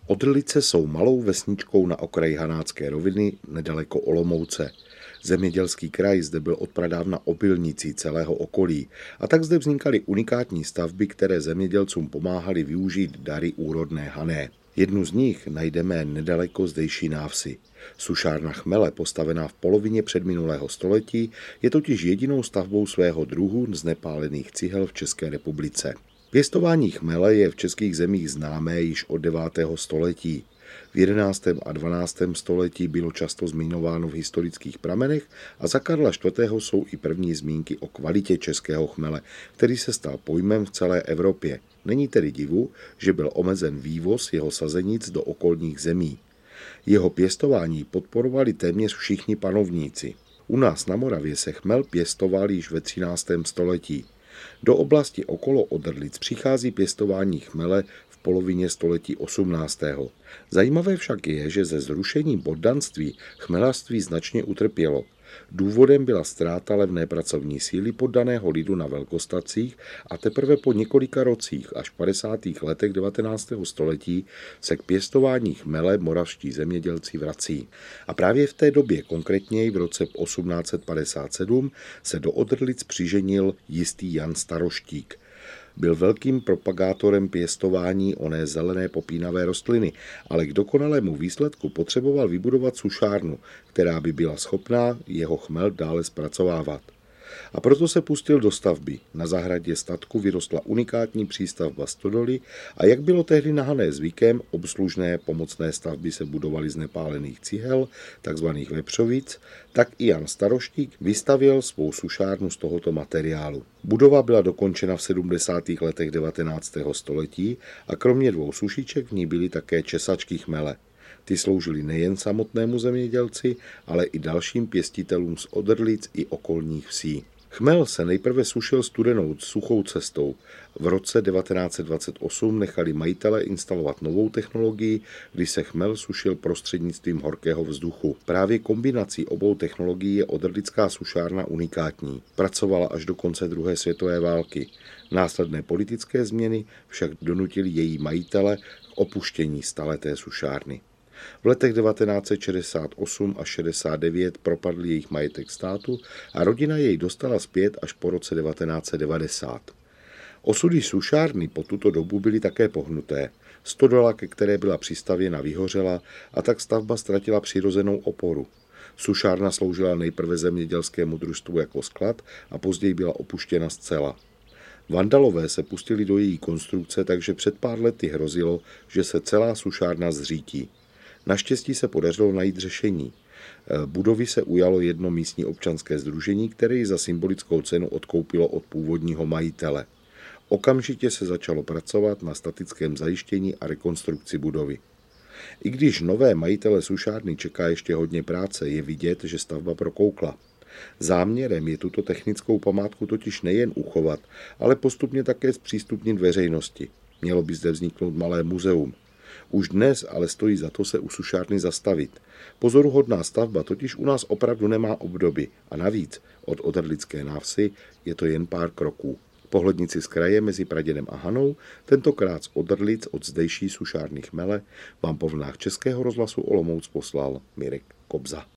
Odrlice jsou malou vesničkou na okraji Hanácké roviny nedaleko Olomouce. Zemědělský kraj zde byl odpradávna obilnicí celého okolí a tak zde vznikaly unikátní stavby, které zemědělcům pomáhaly využít dary úrodné Hané. Jednu z nich najdeme nedaleko zdejší návsi. Sušárna chmele, postavená v polovině předminulého století, je totiž jedinou stavbou svého druhu z nepálených cihel v České republice. Pěstování chmele je v českých zemích známé již od 9. století. V 11. a 12. století bylo často zmiňováno v historických pramenech a za Karla IV. Jsou i první zmínky o kvalitě českého chmele, který se stal pojmem v celé Evropě. Není tedy divu, že byl omezen vývoz jeho sazenic do okolních zemí. Jeho pěstování podporovali téměř všichni panovníci. U nás na Moravě se chmel pěstoval již ve 13. století. Do oblasti okolo Odrlic přichází pěstování chmele v polovině století 18. Zajímavé však je, že ze zrušení poddanství chmelařství značně utrpělo. Důvodem byla ztráta levné pracovní síly poddaného lidu na velkostacích a teprve po několika rocích až v 50. letech 19. století se k pěstování chmele moravští zemědělci vrací. A právě v té době, konkrétně v roce 1857, se do Odrlic přiženil jistý Jan Staroštík. Byl velkým propagátorem pěstování oné zelené popínavé rostliny, ale k dokonalému výsledku potřeboval vybudovat sušárnu, která by byla schopná jeho chmel dále zpracovávat. A proto se pustil do stavby. Na zahradě statku vyrostla unikátní přístavba stodoly a jak bylo tehdy na Hané zvykem, obslužné pomocné stavby se budovaly z nepálených cihel, takzvaných vepřovic, tak i Jan Staroštík vystavěl svou sušárnu z tohoto materiálu. Budova byla dokončena v 70. letech 19. století a kromě 2 sušiček v ní byly také česačky chmele. Ty sloužily nejen samotnému zemědělci, ale i dalším pěstitelům z Odrlic i okolních vsí. Chmel se nejprve sušil studenou suchou cestou. V roce 1928 nechali majitele instalovat novou technologii, kdy se chmel sušil prostřednictvím horkého vzduchu. Právě kombinací obou technologií je odrlická sušárna unikátní. Pracovala až do konce druhé světové války. Následné politické změny však donutily její majitele k opuštění staleté sušárny. V letech 1968 až 69 propadl jejich majetek státu a rodina jej dostala zpět až po roce 1990. Osudy sušárny po tuto dobu byly také pohnuté. Stodola, ke které byla přistavěna, vyhořela a tak stavba ztratila přirozenou oporu. Sušárna sloužila nejprve zemědělskému družstvu jako sklad a později byla opuštěna zcela. Vandalové se pustili do její konstrukce, takže před pár lety hrozilo, že se celá sušárna zřítí. Naštěstí se podařilo najít řešení. Budovy se ujalo jedno místní občanské sdružení, které ji za symbolickou cenu odkoupilo od původního majitele. Okamžitě se začalo pracovat na statickém zajištění a rekonstrukci budovy. I když nové majitele sušárny čeká ještě hodně práce, je vidět, že stavba prokoukla. Záměrem je tuto technickou památku totiž nejen uchovat, ale postupně také zpřístupnit veřejnosti. Mělo by zde vzniknout malé muzeum. Už dnes ale stojí za to se u sušárny zastavit. Pozoruhodná stavba totiž u nás opravdu nemá obdoby a navíc od Odrlické návsi je to jen pár kroků. Pohlednici z kraje mezi Praděnem a Hanou, tentokrát z Odrlic od zdejší sušárny chmele, vám po vlnách Českého rozhlasu Olomouc poslal Mirek Kobza.